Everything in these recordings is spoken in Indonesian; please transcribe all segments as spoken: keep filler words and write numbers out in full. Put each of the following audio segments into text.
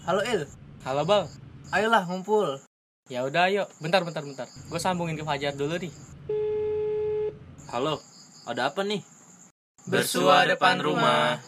Halo Il, Halo Bal. ayolah ngumpul. Ya udah ayo. Bentar bentar bentar. Gue sambungin ke Fajar dulu nih. Halo, ada apa nih? Bersua depan rumah.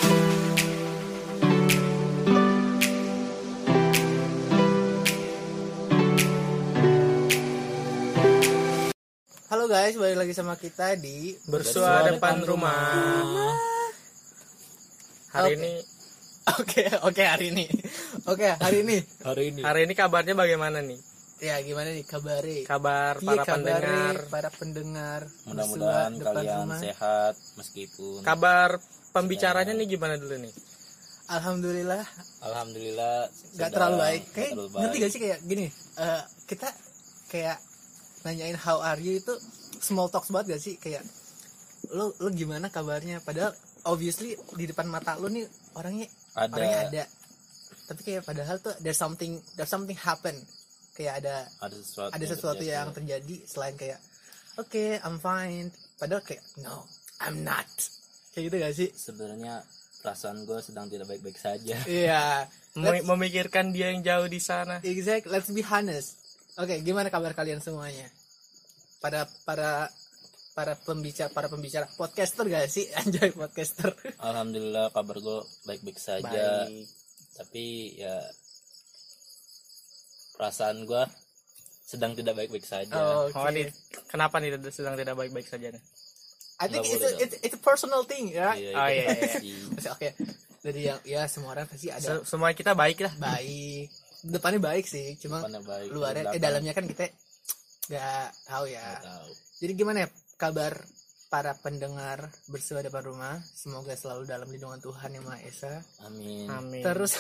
Halo guys, balik lagi sama kita di Bersua depan rumah. Hari Oke. ini Oke, oke hari ini. Oke, hari ini. Hari ini hari ini kabarnya bagaimana nih? Ya, gimana nih kabare? Kabar Iya, para kabare, pendengar. para pendengar. mudah-mudahan Bersua depan kalian rumah. sehat meskipun Kabar pembicaranya nih gimana dulu nih? Alhamdulillah, alhamdulillah nggak sedang- terlalu baik. nggak Kayak terlalu ngerti baik. gak sih kayak gini? eh, kita kayak nanyain how are you itu small talks banget gak sih? Kayak lo lo gimana kabarnya? Padahal obviously di depan mata lo nih orangnya Ada. orangnya ada. Tapi kayak padahal tuh there's something there's something happen. Kayak ada ada sesuatu ada sesuatu yang terjadi selain kayak oke okay, I'm fine. Padahal kayak no I'm not. Kayak gitu gak sih? sebenarnya perasaan gue sedang tidak baik-baik saja. Iya. Mem- memikirkan dia yang jauh di sana. Exact. Let's be honest. Oke, gimana kabar kalian semuanya? Para para para pembicara para pembicara podcaster gak sih? Anjay podcaster. Alhamdulillah kabar gue baik-baik saja. Baik. Tapi ya perasaan gue sedang tidak baik-baik saja. Oh, Oh, Oke. nih, kenapa nih sedang tidak baik-baik saja nih? I think Nggak it's a, boleh it's, it's a personal thing, ya. Iya, Oh, itu iya, iya. pasti. Oke. Dari yang ya semua orang pasti ada Se- semua kita baik lah. baik. Depannya baik sih, cuma Depannya baik, luarnya eh belakang dalamnya kan kita nggak tahu ya. nggak tahu. Jadi gimana ya kabar para pendengar bersua depan rumah? Semoga selalu dalam lindungan Tuhan Yang Maha Esa. Amin. Amin. Terus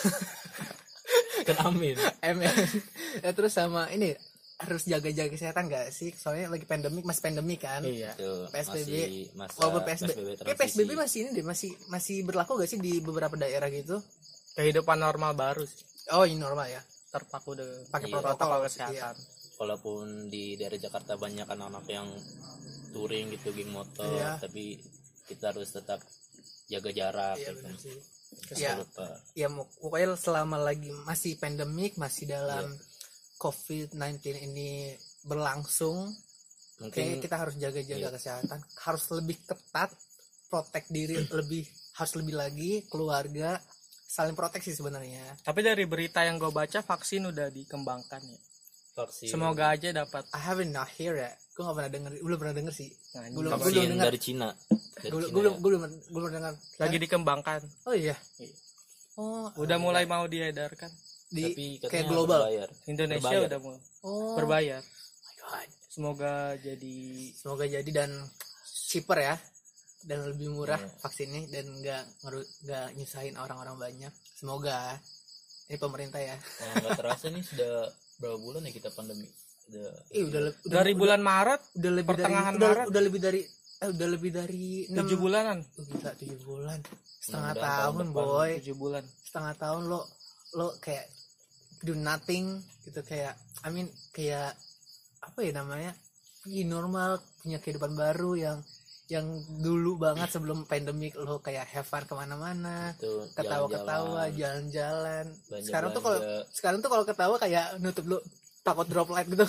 Kan amin. Amin. Ya, terus sama ini harus jaga-jaga kesehatan gak sih? Soalnya lagi pandemik, masih pandemik kan? Iya. Tuh, P S B B. masih masa Walaupun P S B B, P S B B kayak P S B B transisi. masih ini deh, masih masih berlaku gak sih di beberapa daerah gitu? Kehidupan normal baru sih. Oh, ini normal ya. Terpaku dengan Pakai Iya. protokol protokol iya. kesehatan. Walaupun di daerah Jakarta banyak anak-anak yang touring gitu, geng motor, Iya. tapi kita harus tetap jaga jarak. Iya gitu. benar sih. Jangan Ya, lupa. ya mau- pokoknya selama lagi masih pandemik, masih dalam Iya. covid sembilan belas ini berlangsung, Mungkin kayaknya kita harus jaga-jaga Iya. kesehatan, harus lebih ketat, protek diri lebih, harus lebih lagi, keluarga saling proteksi sebenarnya. Tapi dari berita yang gue baca vaksin udah dikembangkan ya. vaksin, Semoga aja dapat. I haven't not hear ya. Gue gak pernah denger, belum pernah denger sih. Nah, Belum- ini belum vaksin dengar. dari Cina. Dari Gue Cina belum, ya. gue belum, gue belum dengar. lagi dikembangkan. Oh iya. Iya. Oh, Udah mulai mau diedarkan. di Tapi katanya kayak global. berbayar. Indonesia Berbayar. udah mau Oh, berbayar. my God. Semoga jadi Semoga jadi dan cheaper ya, dan lebih murah Iya. vaksinnya dan nggak ngeru- nggak nyusahin orang-orang banyak. Semoga ini pemerintah ya. Nah, nggak terasa nih sudah berapa bulan ya kita pandemi. Udah, Ih udah le- udah dari udah- bulan Maret udah lebih dari pertengahan udah, Maret. udah lebih dari eh, udah lebih dari enam tujuh bulanan. Oh, gila tujuh bulan setengah Mudah-mudahan tahun tahun depan boy tujuh bulan. setengah tahun lo lo kayak do nothing gitu, kayak I mean kayak apa ya namanya, pergi normal, punya kehidupan baru yang yang dulu banget sebelum pandemik lo kayak have fun kemana-mana, Itu ketawa-ketawa, jalan-jalan, jalan-jalan. belanja- Sekarang tuh kalau belanja. sekarang tuh kalau ketawa kayak nutup lu takut droplet gitu.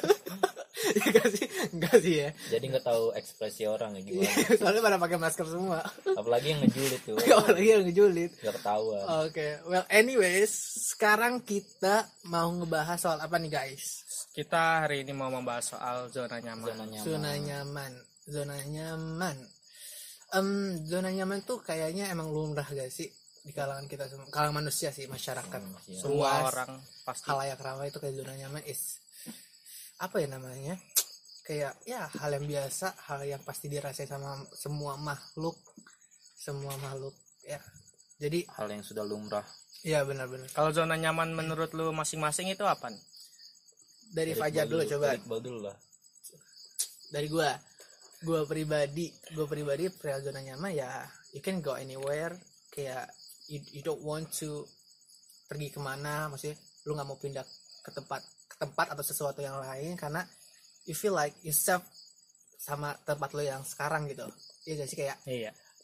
Iya gak sih? Enggak sih ya. Jadi nggak tahu ekspresi orang ya gimana. Soalnya pada pakai masker semua. Apalagi yang ngejulit tuh. Apalagi yang ngejulit. Nggak ketahuan. Oke, well anyways, sekarang kita mau ngebahas soal apa nih guys? Kita hari ini mau membahas soal zona nyaman. Zona nyaman. Zona nyaman. Zona nyaman. Em, zona nyaman tuh kayaknya emang lumrah gak sih di kalangan kita semua, kalangan manusia sih, masyarakat. Manusia. Semua Luas, orang pasti. halayak ramai itu kayak zona nyaman is apa ya namanya? Kayak ya hal yang biasa, hal yang pasti dirasain sama semua makhluk, semua makhluk ya. Jadi Hal yang sudah lumrah. ya benar-benar. Kalau zona nyaman menurut lu masing-masing itu apa nih? Dari Dari Fajar Iqbal dulu coba. dari Iqbal dulu lah. Dari gua gua pribadi gua pribadi perihal zona nyaman ya, you can go anywhere, kayak you, you don't want to pergi kemana, maksudnya lu nggak mau pindah ke tempat ke tempat atau sesuatu yang lain karena you feel like you safe sama tempat lu yang sekarang gitu. Iya gak sih, kayak Iya.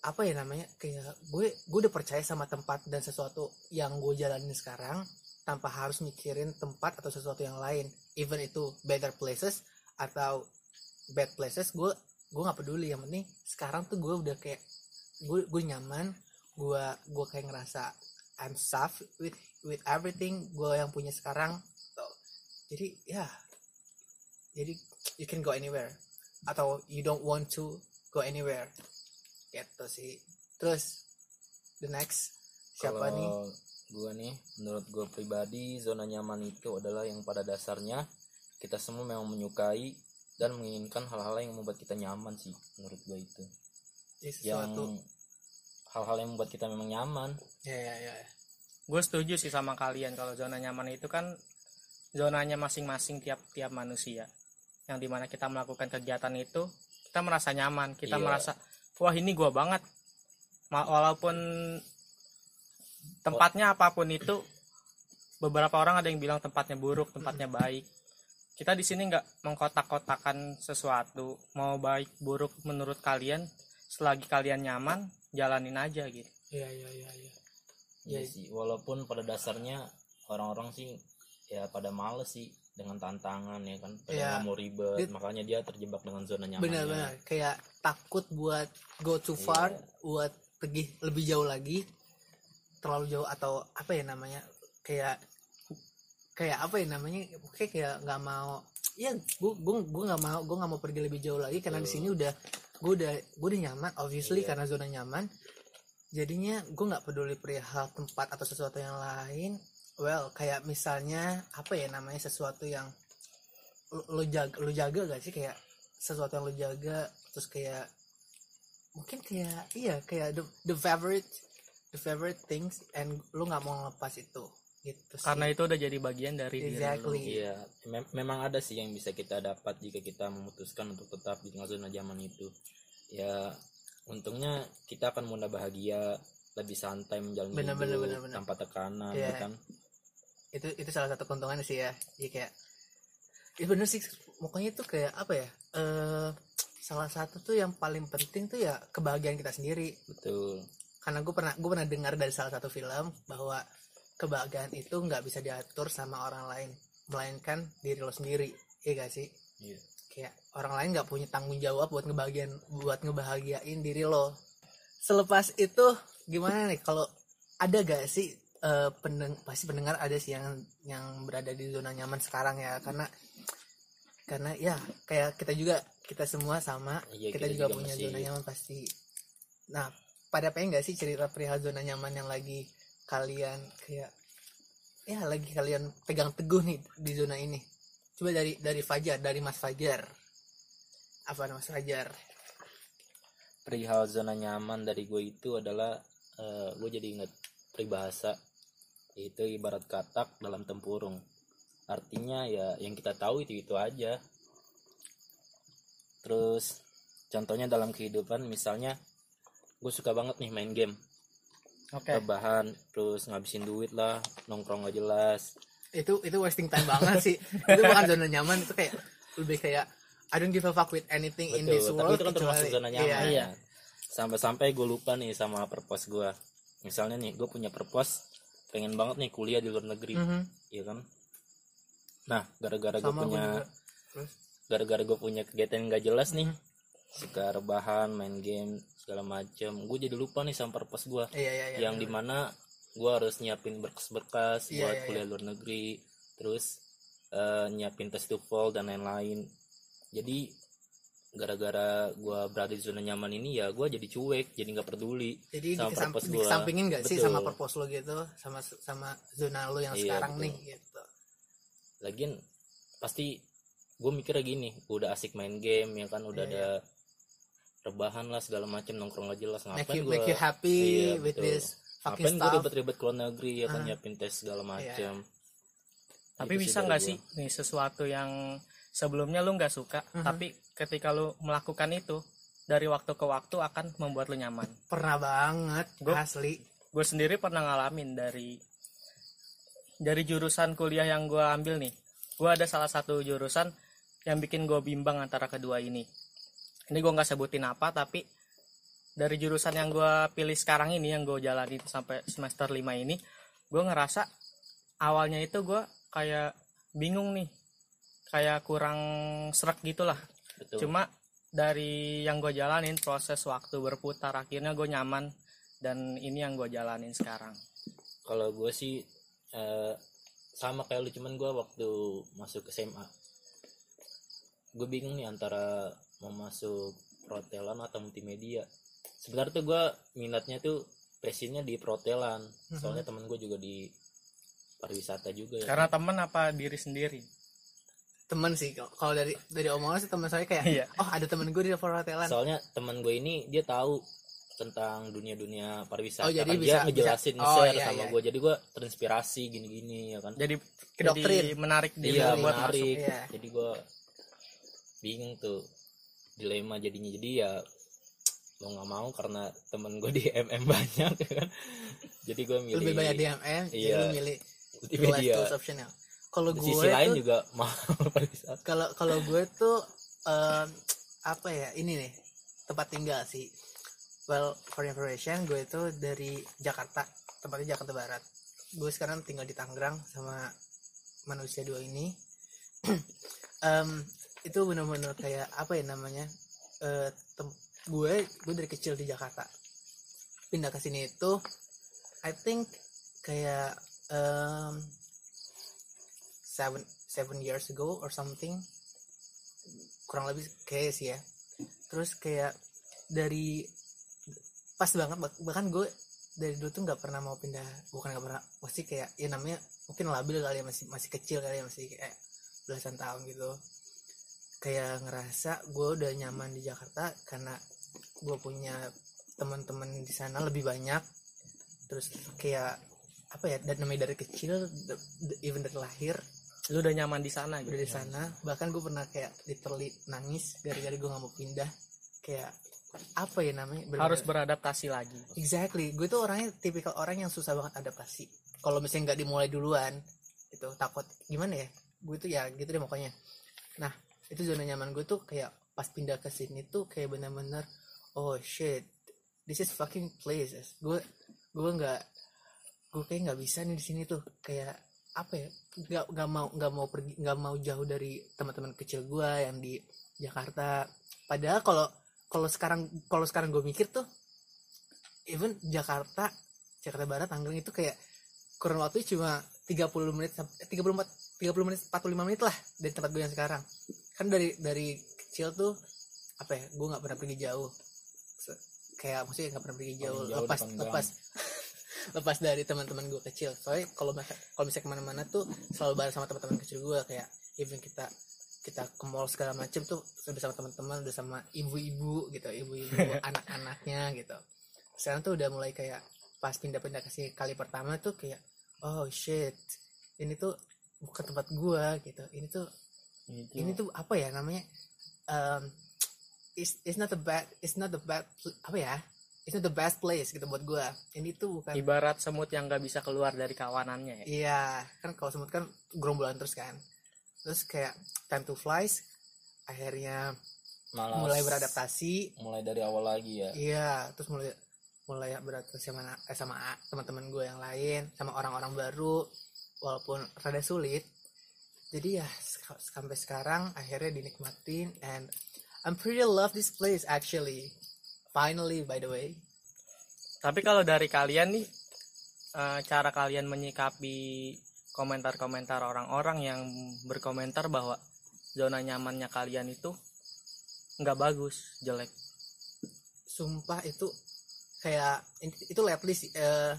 apa ya namanya, kayak gue gue udah percaya sama tempat dan sesuatu yang gue jalanin sekarang tanpa harus mikirin tempat atau sesuatu yang lain, even itu better places atau bad places. gue gue nggak peduli, yang penting sekarang tuh gue udah kayak gue gue nyaman, gue gue kayak ngerasa I'm safe with with everything gue yang punya sekarang tuh. Jadi ya, jadi you can go anywhere atau you don't want to go anywhere gitu sih. Terus the next siapa Kalau nih? gue nih, menurut gue pribadi, zona nyaman itu adalah yang pada dasarnya kita semua memang menyukai dan menginginkan hal-hal yang membuat kita nyaman sih, menurut gue itu. Ya, Yang sesuatu. hal-hal yang membuat kita memang nyaman. Ya ya ya. Gue setuju sih sama kalian, kalau zona nyaman itu kan zonanya masing-masing tiap-tiap manusia, yang dimana kita melakukan kegiatan itu kita merasa nyaman, kita Iya. merasa wah ini gue banget. Ma- walaupun tempatnya apapun itu, beberapa orang ada yang bilang tempatnya buruk, tempatnya baik. Kita di sini nggak mengkotak-kotakan sesuatu, mau baik buruk menurut kalian, selagi kalian nyaman jalanin aja gitu. Iya iya iya iya. Iya Ya, sih, walaupun pada dasarnya orang-orang sih ya pada males sih dengan tantangan ya kan, pada Iya. nggak mau ribet, Dit- makanya dia terjebak dengan zona nyamannya. benar-benar kayak takut buat go too far, Iya. buat pergi lebih jauh lagi, terlalu jauh atau apa ya namanya, kayak kayak apa ya namanya, kayak kayak nggak mau, ya gue gue gue nggak mau gue nggak mau pergi lebih jauh lagi karena di Betul. sini udah gue udah gue udah nyaman, obviously Iya. karena zona nyaman. Jadinya gue nggak peduli perihal tempat atau sesuatu yang lain. Well, kayak misalnya apa ya namanya, sesuatu yang lo, lo jaga lo jaga gak sih, kayak sesuatu yang lo jaga, terus kayak mungkin kayak iya kayak the, the favorite the favorite things, and lo nggak mau ngelepas itu gitu sih. Karena itu udah jadi bagian dari diri lu. Exactly. Iya, mem- memang ada sih yang bisa kita dapat jika kita memutuskan untuk tetap di tengah zona nyaman itu. Ya, untungnya kita akan mudah bahagia, lebih santai menjalani Bener, hidup bener, bener, bener. tanpa tekanan, Iya. ya kan? itu itu salah satu keuntungannya sih ya. Iya kayak itu bener sih, pokoknya itu kayak apa ya, eh salah satu tuh yang paling penting tuh ya kebahagiaan kita sendiri. Betul. Karena gue pernah gue pernah dengar dari salah satu film bahwa kebahagiaan itu nggak bisa diatur sama orang lain, melainkan diri lo sendiri. Iya gak sih? Iya. Kayak orang lain nggak punya tanggung jawab buat ngebahagiain buat ngebahagiain diri lo. Selepas itu gimana nih, kalau ada gak sih eh, pendeng pasti pendengar ada sih yang yang berada di zona nyaman sekarang ya, karena karena ya kayak kita juga, kita semua sama, Iya, kita, kita juga, juga punya masih- zona nyaman pasti. Nah, pada pengen gak sih cerita perihal zona nyaman yang lagi kalian kayak ya lagi kalian pegang teguh nih di zona ini? Coba dari dari Fajar, dari Mas Fajar. Apa Mas Fajar? Perihal zona nyaman dari gue itu adalah eh, gue jadi inget peribahasa, itu ibarat katak dalam tempurung. Artinya ya yang kita tahu itu itu aja. Terus contohnya dalam kehidupan, misalnya gue suka banget nih main game, Oke. rebahan, terus ngabisin duit lah, nongkrong gak jelas. Itu itu wasting time banget sih. Itu bukan zona nyaman, itu kayak lebih kayak I don't give a fuck with anything in this Betul, world. tapi itu kan termasuk kecuali- zona nyaman. Iya, Iya. Sampai-sampai gue lupa nih sama purpose gue. Misalnya nih, gue punya purpose, pengen banget nih kuliah di luar negeri, Mhm. iya kan? Nah, gara-gara gue Sama gue punya, juga. Terus gara-gara gue punya kegiatan yang gak jelas nih, Mhm. suka rebahan, main game segala macem, gue jadi lupa nih sama purpose gue, iya iya iya. yang dimana gue harus nyiapin berkas-berkas Iya, buat iya, kuliah luar negeri, terus eh, nyiapin tes TOEFL dan lain-lain. Jadi gara-gara gue berada di zona nyaman ini, ya gue jadi cuek, jadi nggak peduli Jadi sama dikesam- purpose gua. dikesampingin gak sih Betul. sama purpose lo gitu, sama sama zona lo yang Iya, sekarang betul. nih gitu. Lagian pasti gue mikirnya gini, udah asik main game ya kan, udah Iya, ada rebahan lah segala macam, nongkrong gak jelas, Make ngapain you gue make you happy Iya, with betul. this fucking ngapain gue stuff. ribet-ribet ke luar negeri ya kan, Ah. nyiapin tes segala macam. Tapi Itu sih bisa dari nggak gua. sih nih sesuatu yang sebelumnya lu nggak suka, Mhm. tapi ketika lu melakukan itu dari waktu ke waktu akan membuat lu nyaman. Pernah banget, Gua- asli. Gue sendiri pernah ngalamin dari dari jurusan kuliah yang gue ambil nih. Gue ada salah satu jurusan yang bikin gue bimbang antara kedua ini. Ini gue nggak sebutin apa, tapi dari jurusan yang gue pilih sekarang ini, yang gue jalani sampai semester lima ini, gue ngerasa awalnya itu gue kayak bingung nih, kayak kurang srek gitulah. Betul. Cuma dari yang gue jalanin, proses waktu berputar, akhirnya gue nyaman, dan ini yang gue jalanin sekarang. Kalau gue sih eh, sama kayak lu, cuman gue waktu masuk S M A gue bingung nih antara mau masuk perhotelan atau multimedia. Sebenarnya tuh gue minatnya tuh passionnya di perhotelan, soalnya temen gue juga di pariwisata juga ya. Karena temen apa diri sendiri? Temen sih, kalau dari dari omongan sih teman saya kayak Iya. oh ada temen gue di perhotelan. Soalnya temen gue ini dia tahu tentang dunia-dunia pariwisata, Oh, jadi kan bisa- dia ngejelasin, bisa- oh, nge-share iya, sama iya. gue, jadi gue terinspirasi gini-gini ya kan. Jadi Kedoktrin. jadi menarik diri Iya, buat menarik. Iya. Jadi gue bingung tuh, dilema jadinya. Jadi ya mau nggak mau karena temen gue di M M banyak ya kan. Jadi gue milih Lebih banyak D M M, Iya. jadi lu milih multimedia. tools optional. Kalau Di gue sisi lain tuh juga mahal pariwisata. kalau kalau gue tuh em, apa ya, ini nih tempat tinggal sih. Well, for information, gue itu dari Jakarta, tempatnya Jakarta Barat. Gue sekarang tinggal di Tangerang sama manusia dua ini. Em, itu benar-benar kayak apa ya namanya? Eh, tem- gue gue dari kecil di Jakarta. Pindah ke sini itu, I think kayak em, seven seven years ago or something, kurang lebih kayak sih ya. Terus kayak dari pas banget, bahkan gue dari dulu tuh nggak pernah mau pindah, bukan nggak pernah, pasti kayak ya namanya mungkin labil kali ya, masih masih kecil kali ya, masih kayak belasan tahun gitu, kayak ngerasa gue udah nyaman di Jakarta karena gue punya teman-teman di sana lebih banyak. Terus kayak apa ya, dan namanya dari kecil, even dari lahir lu udah nyaman di sana gitu. udah di sana. Bahkan gue pernah kayak literally nangis gara-gara gue nggak mau pindah, kayak apa ya namanya, bener-bener- Harus beradaptasi lagi. exactly. Gue tuh orangnya tipikal orang yang susah banget adaptasi kalau misalnya nggak dimulai duluan, itu takut gimana ya, gue tuh ya gitu deh pokoknya. Nah itu zona nyaman gue tuh kayak pas pindah ke sini tuh kayak bener-bener oh shit, this is fucking places. gue gue nggak gue kayak nggak bisa nih di sini tuh, kayak apa ya, nggak nggak mau nggak mau pergi, nggak mau jauh dari teman-teman kecil gue yang di Jakarta. Padahal kalau kalau sekarang kalau sekarang gue mikir tuh, even Jakarta Jakarta Barat, Tangerang itu kayak kurang waktu cuma tiga puluh menit, tiga puluh empat tiga puluh menit, empat puluh lima menit lah dari tempat gue yang sekarang. Kan dari dari kecil tuh apa ya, gue nggak pernah pergi jauh. Se- kayak maksudnya nggak pernah pergi jauh, Paling jauh lepas di Panggang. lepas lepas dari teman-teman gue kecil. Soalnya kalau mis- kalau misalnya kemana-mana tuh selalu bareng sama teman-teman kecil gue, kayak even kita kita ke mall segala macem tuh udah sama teman-teman, udah sama ibu-ibu gitu, ibu-ibu anak-anaknya gitu. Sekarang tuh udah mulai kayak pas pindah-pindah ke sini kali pertama tuh kayak oh shit, ini tuh bukan tempat gua gitu, ini tuh Itu. ini tuh apa ya namanya, um, it's, it's not the bad it's not the bad apa ya it's not the best place gitu buat gua. Ini tuh bukan, Ibarat semut yang nggak bisa keluar dari kawanannya ya. iya kan, kalau semut kan gerombolan terus kan, terus kayak time to flies, akhirnya Malas, mulai beradaptasi. mulai dari awal lagi ya. Iya, terus mulai mulai beradaptasi sama eh, sama teman-teman gue yang lain, sama orang-orang baru, walaupun rada sulit. Jadi ya sek- sampai sekarang akhirnya dinikmatin, and I'm pretty love this place actually. Finally, by the way. Tapi kalau dari kalian nih, eh, cara kalian menyikapi komentar-komentar orang-orang yang berkomentar bahwa zona nyamannya kalian itu nggak bagus, jelek. Sumpah itu kayak itu lately sih, eh,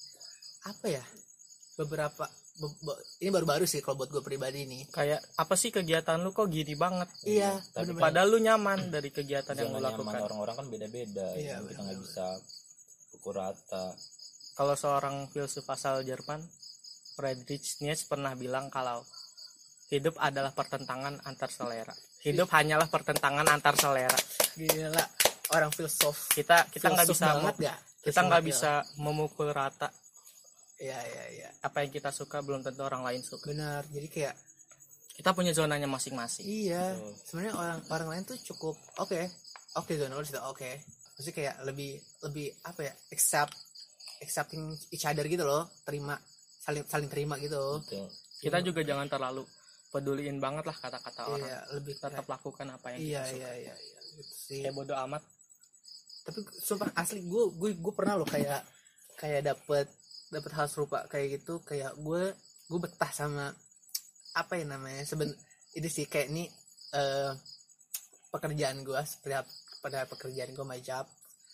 apa ya, beberapa be- be- ini baru-baru sih kalau buat gue pribadi nih. Kayak apa sih kegiatan lu kok gini banget? Iya, tapi bener-bener. Padahal lu nyaman dari kegiatan yang Zona lu nyaman lakukan. orang-orang kan beda-beda. Iya, ya. Kita benar. nggak bisa pukul rata. Kalau seorang filsuf asal Jerman, Friedrich Nietzsche pernah bilang kalau hidup adalah pertentangan antar selera. Hidup hanyalah pertentangan antar selera. Gila, orang filsuf. Kita kita nggak Filsuf bisa banget mem- gak? kita nggak bisa memukul rata. Iya iya iya. Apa yang kita suka belum tentu orang lain suka. Benar. Jadi kayak Kita punya zonanya masing-masing. iya, Betul. sebenarnya orang orang lain tuh cukup oke. Oke zona lu sudah oke. maksudnya kayak lebih lebih apa ya, accept accepting each other gitu loh, terima saling saling terima gitu. Betul. Kita juga jangan terlalu peduliin banget lah kata-kata orang. Iya, lebih Tetap kayak, lakukan apa yang iya kita suka. iya iya iya gitu sih. Kayak bodo amat. Tapi sumpah asli gue gue gue pernah loh kayak kayak dapet dapet hal serupa kayak gitu, kayak gue gue betah sama apa ya namanya seben ini sih kayak ini uh, pekerjaan gue seperti ap- pada pekerjaan gue my job.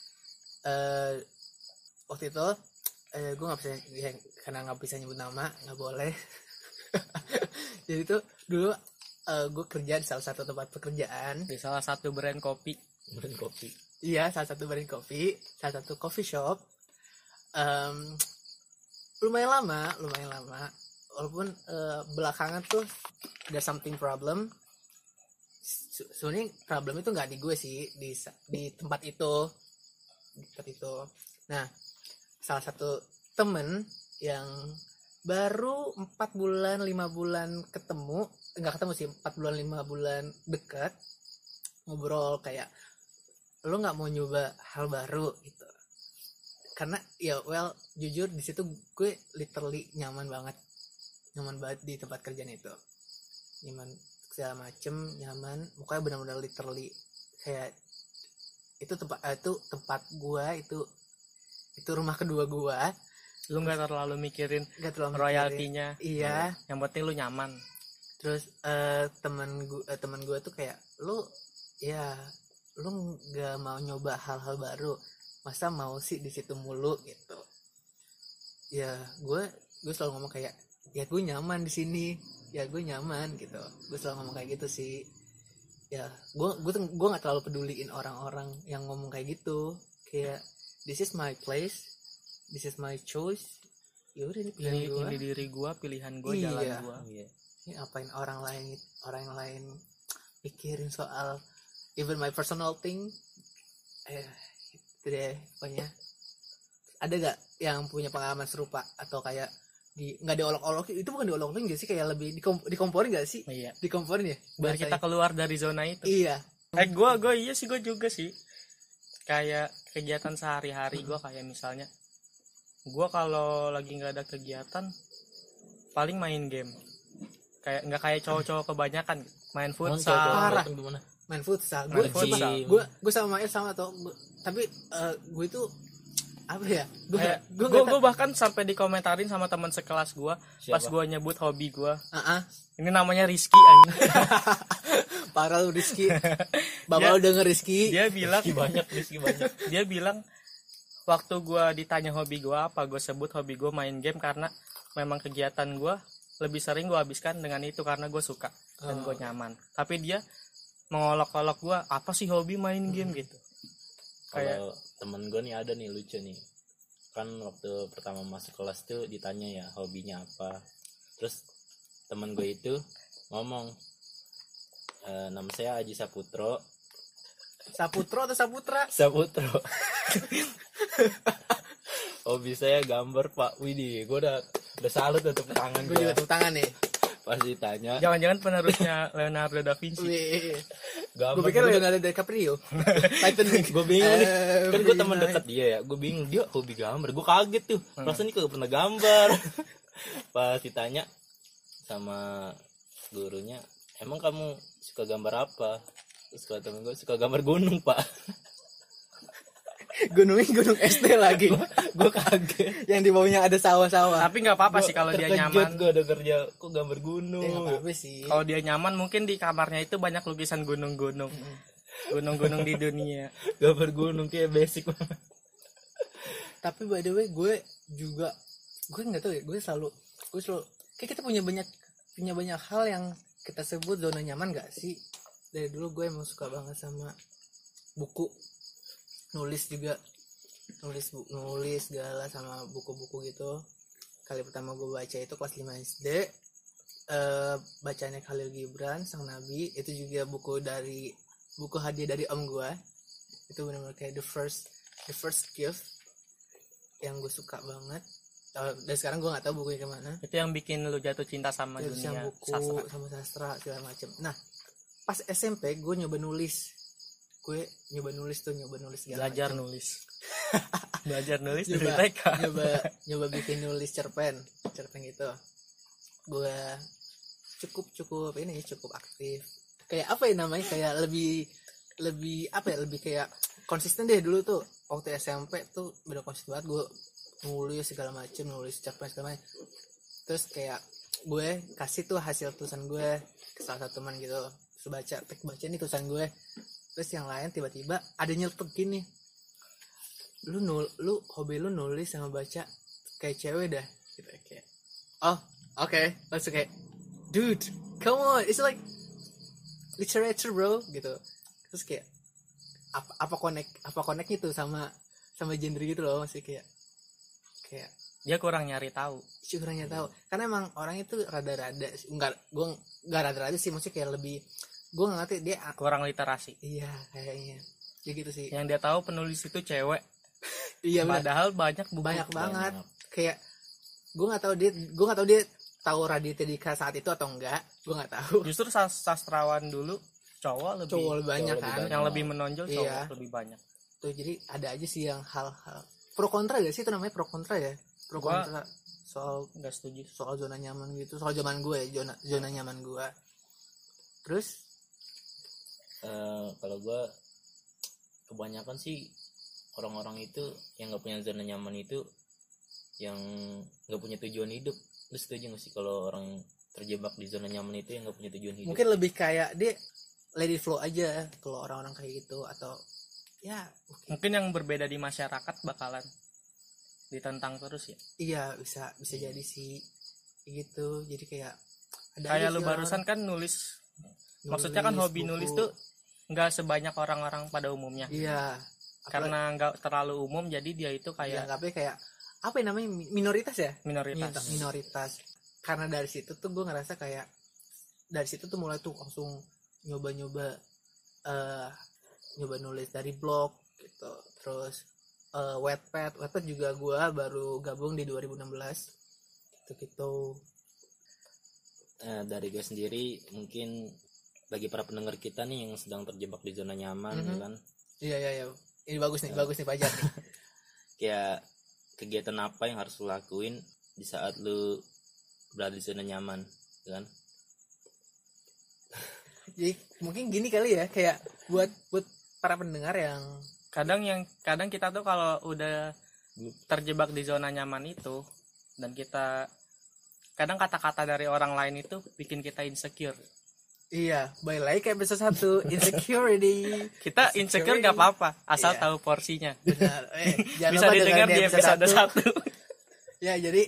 Uh, waktu itu uh, gue nggak bisa ya, karena nggak bisa nyebut nama, nggak boleh. Jadi tuh dulu uh, gue kerja di salah satu tempat pekerjaan, Di salah satu brand kopi. Brand kopi. iya salah satu brand kopi, salah satu coffee shop. Um, lumayan lama lumayan lama walaupun uh, belakangan tuh ada something problem. Se- sebenarnya problem itu nggak di gue sih, di di tempat itu di tempat itu nah salah satu temen yang baru empat bulan lima bulan ketemu, nggak ketemu sih, empat bulan lima bulan dekat ngobrol kayak lo nggak mau nyoba hal baru gitu. Karena ya well jujur di situ gue literally nyaman banget nyaman banget di tempat kerjaan itu, nyaman segala macem, nyaman pokoknya benar-benar literally kayak itu tempat itu tempat gue, itu itu rumah kedua gue. Lu nggak terlalu mikirin Gak terlalu mikirin. royaltinya. Iya. Yang penting lu nyaman. Terus uh, teman gue uh, teman gue tuh kayak lu ya lu nggak mau nyoba hal-hal baru, masa mau sih di situ mulu gitu. Ya gue gue selalu ngomong kayak ya gue nyaman di sini, ya gue nyaman gitu. Gue selalu ngomong kayak gitu sih. Ya gue gue tuh gue nggak terlalu peduliin orang-orang yang ngomong kayak gitu. Kayak this is my place, this is my choice. Ya udah ini pilihan Ini, gue. ini diri gua, pilihan gua, Iya. jalan gua. Iya. Ini apain orang lain orang lain pikirin soal even my personal thing. Eh itu deh pokoknya. Ada gak yang punya pengalaman serupa atau kayak di nggak diolok-olokin, itu bukan diolok-olokin gak sih, kayak lebih dikom, dikomporin gak sih, Iya. dikomporin ya Biar kita bahasanya? keluar dari zona itu. Iya Eh gua gua iya sih, gua juga sih. Kayak kegiatan sehari-hari gua, kayak misalnya gua kalau lagi nggak ada kegiatan paling main game. Kayak nggak kayak cowok-cowok kebanyakan main futsal. Parah. Gimana? main futsal. Main Gue futsal. gue gue sama Mail sama tuh, gua, tapi uh, gue itu apa ya? Gue Kayak gue gua, gua bahkan sampai dikomentarin sama teman sekelas gua pas Siapa? gua nyebut hobi gua. uh-uh. Ini namanya Rizky anjing. Parah lu Rizky. Bapak Dia- lu denger Rizky. Dia bilang Rizky banyak, Rizky banyak. dia bilang waktu gua ditanya hobi gua apa, gua sebut hobi gua main game karena memang kegiatan gua lebih sering gua habiskan dengan itu karena gua suka dan gua nyaman. Tapi dia mengolok-olok gua, apa sih hobi main game gitu. Kayak Kalau temen gue nih ada nih lucu nih, kan waktu pertama masuk kelas tuh ditanya ya hobinya apa, terus temen gue itu ngomong e, nama saya Aji Saputro. Saputro atau Saputra? Saputro. Hobi saya gambar pak. Widih, gue udah udah salut untuk tangan Gue juga gue tepuk tangan nih. pas ditanya jangan-jangan penerusnya Leonardo da Vinci. Wih. gambar. Gue pikir Leonardo DiCaprio. Titanic. Gue bingung nih, Eh, kan gue teman Every dekat dia ya, gue bingung dia hobi gambar, gue kaget tuh, perasaan ini kagak pernah gambar. Pas ditanya sama gurunya, emang kamu suka gambar apa? Terus kata temen gue, suka gambar gunung pak. Gunungnya gunung es te lagi. Gue kaget. Yang di bawahnya ada sawah-sawah. Tapi nggak apa-apa sih kalau dia nyaman. Gue udah kerja, kok gambar gunung. Ya, nggak apa-apa sih. Kalau dia nyaman mungkin di kamarnya itu banyak lukisan gunung-gunung. Gunung-gunung di dunia. Gambar gunung kayak basic banget. Tapi by the way gue juga gue nggak tahu ya, gue selalu gue selalu kayak kita punya banyak punya banyak hal yang kita sebut zona nyaman gak sih. Dari dulu gue emang suka banget sama buku, nulis juga, nulis bu, nulis segala sama buku-buku gitu. Kali pertama gue baca itu kelas lima S D, eh, bacanya Khalil Gibran Sang Nabi. Itu juga buku dari buku hadiah dari om gue. Itu benar-benar kayak the first the first gift yang gue suka banget. Uh, dan sekarang gue nggak tahu bukunya kemana. Itu yang bikin lu jatuh cinta sama Terus yang dunia buku sastra. sama sastra segala macam. Nah pas S M P gue nyoba nulis gue nyoba nulis tuh nyoba nulis segala Belajar macem. nulis. Belajar nulis dari nyoba, T K. nyoba nyoba bikin nulis cerpen cerpen gitu. Gue cukup cukup ini cukup aktif, kayak apa ya namanya, kayak lebih lebih apa ya lebih kayak konsisten deh. Dulu tuh waktu S M P tuh udah konsisten banget gue nulis segala macem, nulis cerpen segala macem. Terus kayak gue kasih tuh hasil tulisan gue ke salah satu teman gitu, terus baca tek baca nih tulisan gue. Terus yang lain tiba-tiba ada nyeletuk gini, lu nul lu hobi lu nulis sama baca kayak cewek dah gitu. Kayak oh oke okay. Langsung kayak dude come on, it's like literature bro gitu. Terus kayak apa apa connect apa connect itu sama sama genre gitu loh, masih kayak kayak Dia kurang nyari tahu. syukurnya tahu, karena emang orang itu rada-rada enggak, gue enggak rada-rada sih, maksudnya kayak lebih gue nggak ngerti dia. Kurang literasi. Iya kayaknya ya gitu sih. Yang dia tahu penulis itu cewek. Iya benar. Padahal banyak buku. Banyak banget. Kayak gue nggak tahu dia gue nggak tahu dia tahu Raditya Dika saat itu atau enggak, gue nggak tahu. Justru sas- sastrawan dulu cowok lebih Cowok lebih banyak cowok lebih kan. banyak. yang lebih menonjol cowok Iya. lebih banyak. Tuh jadi ada aja sih yang hal-hal pro kontra gak sih, itu namanya pro kontra ya, pro Gua- kontra soal Nggak setuju. soal zona nyaman gitu, soal zaman gue ya, zona zona nyaman gue. Terus Eh, kalau gue kebanyakan sih orang-orang itu yang nggak punya zona nyaman itu yang nggak punya tujuan hidup. Lu setuju nggak sih kalau orang terjebak di zona nyaman itu yang nggak punya tujuan hidup? mungkin lebih kayak dia let it flow aja kalau orang-orang kayak gitu, atau ya oke. Mungkin yang berbeda di masyarakat bakalan ditentang terus ya. Iya bisa bisa jadi sih gitu. Jadi kayak ada Kayak aja lu sih barusan kan nulis. Maksudnya kan hobi buku. nulis tuh nggak sebanyak orang-orang pada umumnya. Iya Karena nggak terlalu umum jadi dia itu kayak dianggapnya kayak apa ya namanya, minoritas ya, minoritas. minoritas minoritas karena dari situ tuh gue ngerasa kayak dari situ tuh mulai tuh langsung nyoba-nyoba eh nyoba nulis dari blog gitu. Terus eh Wattpad Wattpad juga gue baru gabung di dua ribu enam belas gitu gitu. Eh, dari gue sendiri mungkin bagi para pendengar kita nih yang sedang terjebak di zona nyaman, Mhm. ya kan, Iya iya iya, ini bagus nih, bagus nih Fajar nih. kayak kegiatan apa yang harus lu lakuin di saat lu berada di zona nyaman, ya kan? Jadi mungkin gini kali ya, kayak buat buat para pendengar yang Kadang yang kadang kita tuh kalau udah terjebak di zona nyaman itu dan kita kadang kata-kata dari orang lain itu bikin kita insecure. iya balik lagi ke episode satu insecurity. Kita insecure nggak apa-apa asal Iya. tahu porsinya. Benar. Eh, jangan Bisa lupa didengar dengerin di episode satu. Ya jadi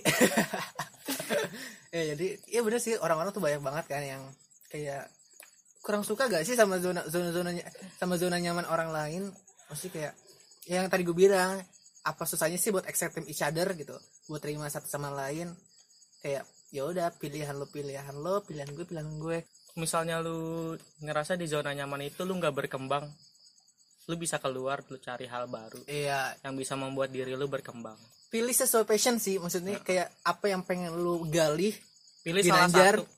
ya jadi ya bener sih, orang-orang tuh banyak banget kan yang kayak kurang suka gak sih sama zona zona zonanya sama zona nyaman orang lain. Maksudnya kayak ya yang tadi gue bilang, apa susahnya sih buat accepting each other gitu, buat terima satu sama lain. Kayak ya udah, pilihan lo pilihan lo pilihan gue pilihan gue. Misalnya lu ngerasa di zona nyaman itu lu nggak berkembang, lu bisa keluar, lu cari hal baru Iya, yang bisa membuat diri lu berkembang. pilih sesuai passion sih, maksudnya kayak apa yang pengen lu gali. Pilih Ginanjar. salah satu.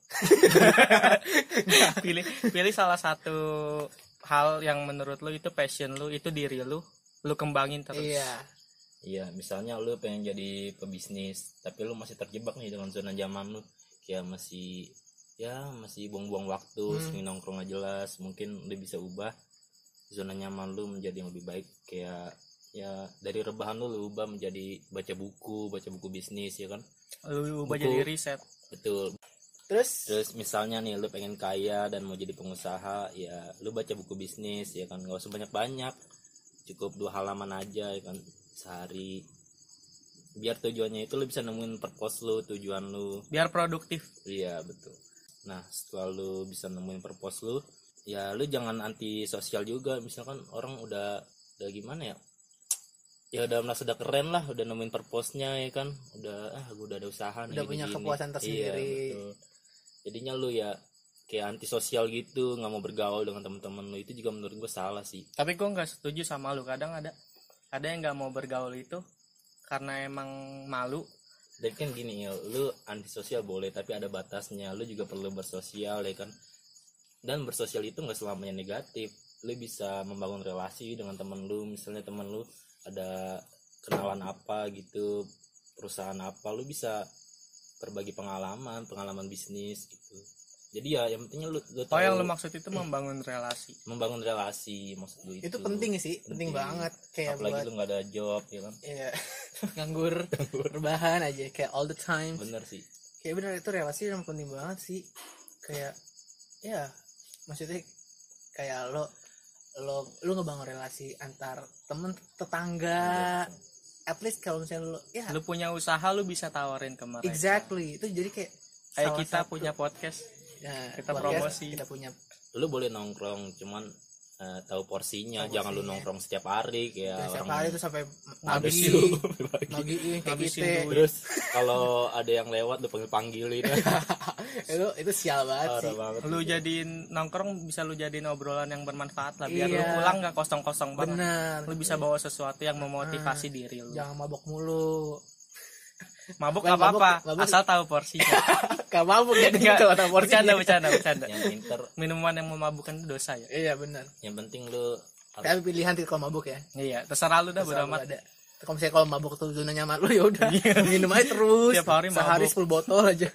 pilih pilih salah satu hal yang menurut lu itu passion lu, itu diri lu, lu kembangin terus. Iya. Iya, misalnya lu pengen jadi pebisnis tapi lu masih terjebak nih dengan zona nyaman lu, kayak masih ya masih buang-buang waktu, Hmm. sering nongkrong gak jelas. Mungkin lu bisa ubah zona nyaman lu menjadi yang lebih baik, kayak ya dari rebahan lu lu ubah menjadi baca buku, baca buku bisnis, ya kan? Lu ubah Buku. jadi riset. Betul. Terus Terus misalnya nih lu pengen kaya dan mau jadi pengusaha, ya lu baca buku bisnis, ya kan, gak usah banyak-banyak, cukup dua halaman aja, ya kan, sehari, biar tujuannya itu lu bisa nemuin purpose lu, tujuan lu. Biar produktif. Iya betul. Nah setelah lu bisa nemuin purpose lu, ya lu jangan anti sosial juga. Misalkan orang udah udah gimana ya, ya udah merasa udah keren lah, udah nemuin purpose-nya, ya kan, udah ah gue udah ada usaha nih, udah punya gini-gini. kepuasan tersendiri. Iya, betul. Jadinya lu ya kayak anti sosial gitu, nggak mau bergaul dengan teman-teman lu, itu juga menurut gue salah sih. Tapi gue nggak setuju sama lu. Kadang ada ada yang nggak mau bergaul itu karena emang malu. Jadi kan gini ya, lu anti sosial boleh tapi ada batasnya. Lu juga perlu bersosial, ya kan. Dan bersosial itu nggak selamanya negatif. lu bisa membangun relasi dengan temen lu. Misalnya temen lu ada kenalan apa gitu, perusahaan apa, lu bisa berbagi pengalaman pengalaman bisnis gitu. Jadi ya yang pentingnya lu, lu Oh tahu yang lu maksud itu membangun relasi. membangun relasi maksud gue itu. Itu penting sih, penting, banget kayak apalagi buat lu nggak ada job ya kan. ya, nganggur, rebahan aja kayak all the time. Bener sih. Kayak bener itu relasi yang penting banget sih. Kayak ya maksudnya kayak lo lo lo ngebangun relasi antar temen tetangga. At least kalau misalnya lo ya Lu punya usaha lu bisa tawarin ke mereka. exactly itu jadi kayak Kayak salah kita satu- punya podcast. ya, kita podcast, promosi. kita punya Lu boleh nongkrong cuman eh, tahu porsinya, Tahu jangan lu porsinya. nongkrong setiap hari kayak ya, setiap orang hari itu sampai habis pagi lu. magiin kayak Ngabisin gitu. duit. Terus kalau ada yang lewat lu panggil panggilin. itu itu sial banget sih. Parah banget. Lu jadiin nongkrong bisa lu jadiin obrolan yang bermanfaat lah biar lu Iya. pulang nggak kosong-kosong banget. Bener. Lu bisa bawa sesuatu yang memotivasi diri lu. Jangan mabok mulu. Mabuk Bukan nggak apa-apa, mabuk, mabuk. asal tahu porsinya. Gak mabuk jadi Nggak, gitu atau bercanda, porsinya. bercanda, bercanda. Yang pinter, Minuman yang memabukkan itu dosa ya. Iya benar. yang penting lu harus Tapi pilihan sih kalau mabuk ya. Iya, terserah lu dah Terserah bodo lu amat. ada. Kalau misalnya kalau mabuk tuh zona nyaman lu ya udah minum aja terus. Tiap hari Sehari mabuk. sepuluh botol aja.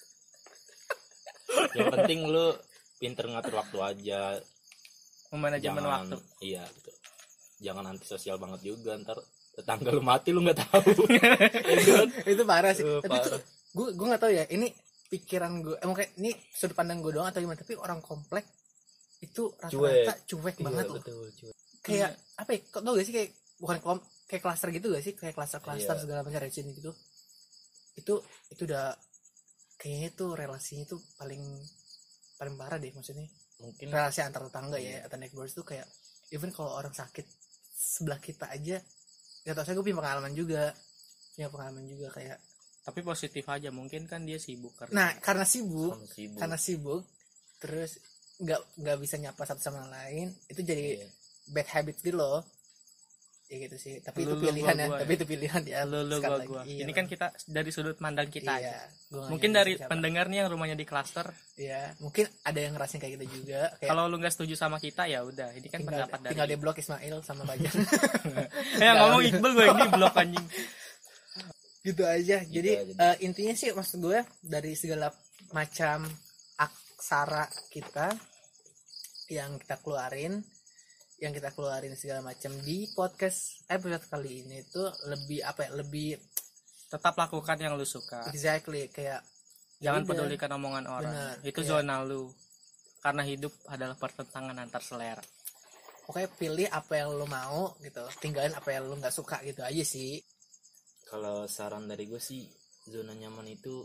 yang penting lu pinter ngatur waktu aja. Memanajemen Jangan, waktu. iya gitu. Jangan antisosial banget juga, ntar tetangga lu mati lu nggak tahu. Itu parah sih. Uh, Tapi parah. tuh gue gue nggak tahu ya. Ini pikiran gue. Emang kayak ini sudut pandang gue doang atau gimana? Tapi orang komplek itu rata-rata cuek, banget Iya, loh. betul, cuek. Kayak apa ya? Kok tau gak sih kayak bukan kom kayak klaster gitu gak sih? Kayak klaster-klaster Iya. segala macam reaction gitu. Itu itu udah kayaknya tuh relasinya tuh paling paling parah deh maksudnya. Mungkin Relasi antar tetangga ya Iya. atau neighbors tuh kayak even kalau orang sakit sebelah kita aja ya tau saya gue punya pengalaman juga punya pengalaman juga kayak Tapi positif aja, mungkin kan dia sibuk karena. nah karena sibuk sama sibuk. karena sibuk terus nggak nggak bisa nyapa satu sama lain itu jadi Iya. bad habits gitu loh ya gitu sih tapi Lu, itu lu, pilihan gua, ya gua tapi ya. itu pilihan ya lu lu sekali gua lagi. gua. Iya, Ini kan kita dari sudut pandang kita iya, aja. gua nggak Mungkin nyari dari siapa. pendengar nih yang rumahnya di klaster, ya mungkin ada yang ngerasain kayak gitu juga kayak kalau lu nggak setuju sama kita ya udah, ini kan tinggal, pendapat dari. tinggal di blok Ismail sama Fajar Eh ngomong Iqbal gue ini blok anjing. gitu aja jadi aja. eh, intinya sih maksud gue dari segala macam aksara kita yang kita keluarin yang kita keluarin segala macam di podcast episode kali ini tuh lebih apa ya lebih Tetap lakukan yang lu suka. exactly kayak Jangan yaudah. pedulikan omongan orang. Benar, Itu kayak- zona lu. Karena hidup adalah pertentangan antar selera. pokoknya pilih apa yang lu mau gitu tinggalin apa yang lu nggak suka gitu aja sih. Kalau saran dari gue sih zona nyaman itu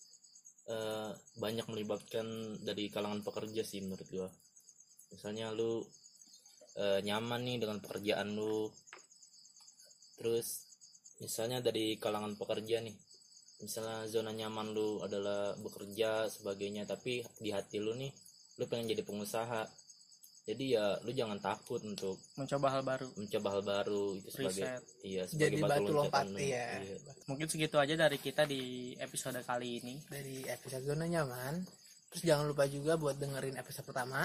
eh, banyak melibatkan dari kalangan pekerja sih menurut gue. Misalnya lu eh, nyaman nih dengan pekerjaan lu, terus misalnya dari kalangan pekerja nih, misalnya zona nyaman lu adalah bekerja sebagainya, tapi di hati lu nih lu pengen jadi pengusaha. Jadi ya lu jangan takut untuk Mencoba hal baru. mencoba hal baru itu sebagai Riset. iya sebagai Jadi batu lompat, loncatan lu. iya. Mungkin segitu aja dari kita di episode kali ini. Dari episode zona nyaman. Terus jangan lupa juga buat dengerin episode pertama.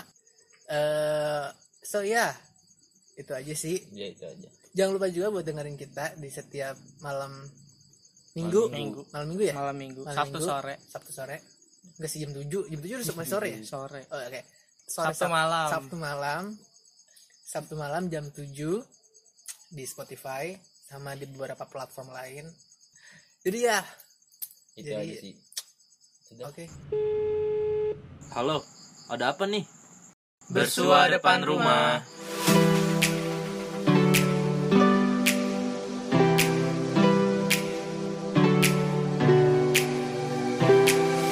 Eh so ya, yeah. Itu aja sih. Ya itu aja. Jangan lupa juga buat dengerin kita di setiap malam minggu. Malam minggu. Malam minggu ya? Malam minggu, Malam Sabtu minggu. sore. Sabtu sore. Enggak sih jam tujuh. Jam tujuh udah masih sore ya? Sore. Oh, oke. Sore, Sabtu Sab- malam. Sabtu malam. Sabtu malam jam tujuh di Spotify sama di beberapa platform lain. Jadi ya, Itu Jadi- aja sih. Sudah. oke. Halo, ada apa nih? Bersua depan rumah.